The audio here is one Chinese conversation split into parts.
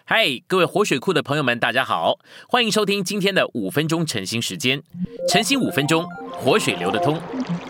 嗨，各位活水库的朋友们，大家好，欢迎收听今天的5分钟晨兴时间。晨兴5分钟，活水流得通。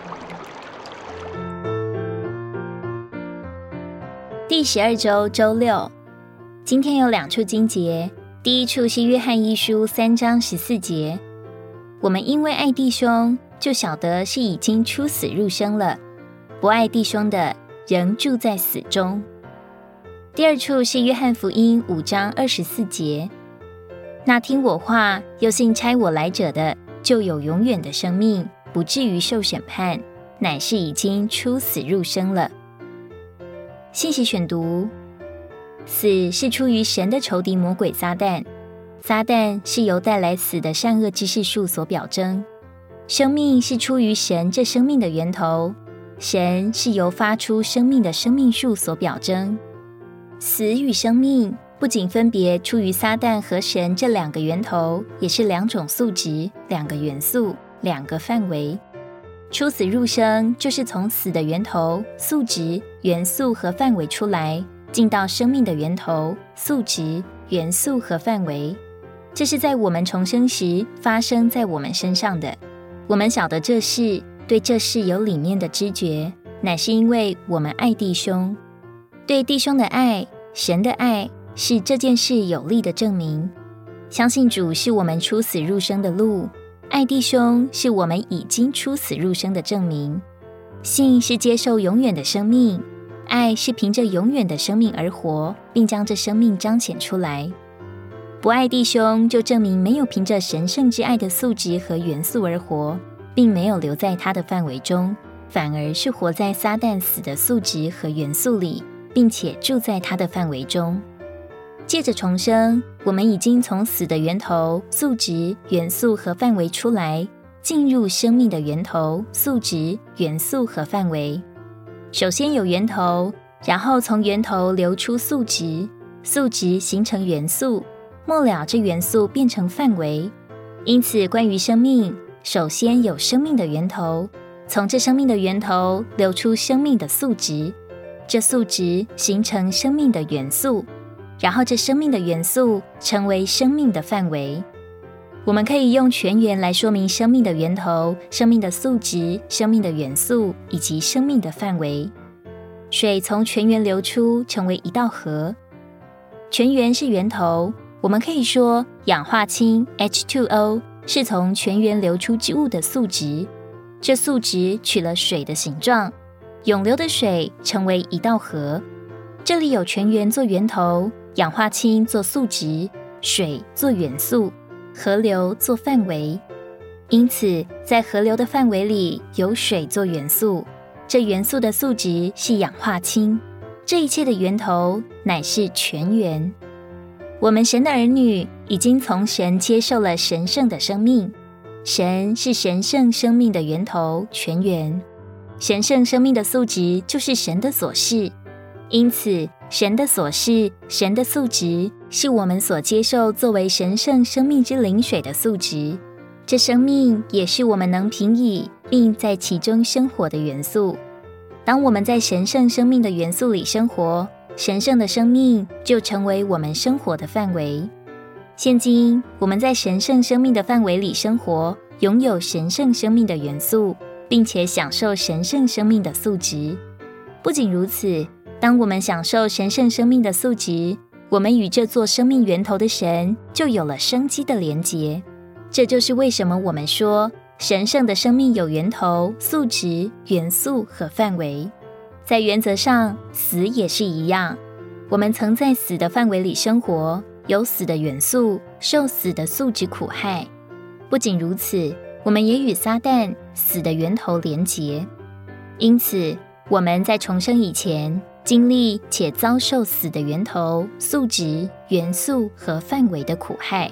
第12周周六，今天有2处经节。第一处是约翰一书3章14节，我们因为爱弟兄，就晓得是已经出死入生了；不爱弟兄的，仍住在死中。第二处是约翰福音5章24节，那听我话又信差我来者的，就有永远的生命，不至于受审判，乃是已经出死入生了。信息选读：死是出于神的仇敌魔鬼撒旦，撒旦是由带来死的善恶知识树所表征；生命是出于神这生命的源头，神是由发出生命的生命树所表征。死与生命不仅分别出于撒旦和神这2个源头，也是2种素质、2个元素、2个范围。出死入生就是从死的源头、素质、元素和范围出来，进到生命的源头、素质、元素和范围。这是在我们重生时发生在我们身上的。我们晓得这事，对这事有里面的知觉，乃是因为我们爱弟兄。对弟兄的爱，神的爱，是这件事有力的证明。相信主是我们出死入生的路，爱弟兄是我们已经出死入生的证明。信是接受永远的生命，爱是凭着永远的生命而活，并将这生命彰显出来。不爱弟兄，就证明没有凭着神圣之爱的素质和元素而活，并没有留在他的范围中，反而是活在撒旦死的素质和元素里，并且住在他的范围中。借着重生，我们已经从死的源头、素质、元素和范围出来，进入生命的源头、素质、元素和范围。首先有源头，然后从源头流出素质，素质形成元素，末了这元素变成范围。因此关于生命，首先有生命的源头，从这生命的源头流出生命的素质，这素质形成生命的元素，然后这生命的元素成为生命的范围。我们可以用全元来说明生命的源头、生命的素质、生命的元素以及生命的范围。水从全元流出，成为一道河。全元是源头，我们可以说氧化氢 H2O 是从全元流出之物的素质，这素质取了水的形状，涌流的水成为一道河。这里有全元做源头，氧化氢做素质，水做元素，河流做范围。因此在河流的范围里有水做元素，这元素的素质是氧化氢。这一切的源头乃是全元。我们神的儿女已经从神接受了神圣的生命，神是神圣生命的源头、全元。神圣生命的素质就是神的所是，因此神的所是、神的素质是我们所接受作为神圣生命之灵水的素质。这生命也是我们能凭以并在其中生活的元素。当我们在神圣生命的元素里生活，神圣的生命就成为我们生活的范围。现今我们在神圣生命的范围里生活，拥有神圣生命的元素，并且享受神圣生命的素质。不仅如此，当我们享受神圣生命的素质，我们与这座生命源头的神就有了生机的连结。这就是为什么我们说神圣的生命有源头、素质、元素和范围。在原则上，死也是一样。我们曾在死的范围里生活，有死的元素，受死的素质苦害。不仅如此，我们也与撒旦死的源头连结。因此我们在重生以前经历且遭受死的源头、素质、元素和范围的苦害。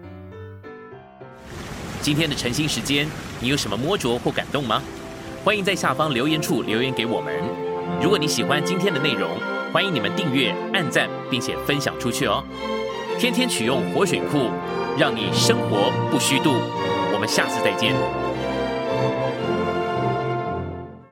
今天的晨兴时间，你有什么摸着或感动吗？欢迎在下方留言处留言给我们。如果你喜欢今天的内容，欢迎你们订阅、按赞，并且分享出去哦。天天取用活水库，让你生活不虚度。我们下次再见。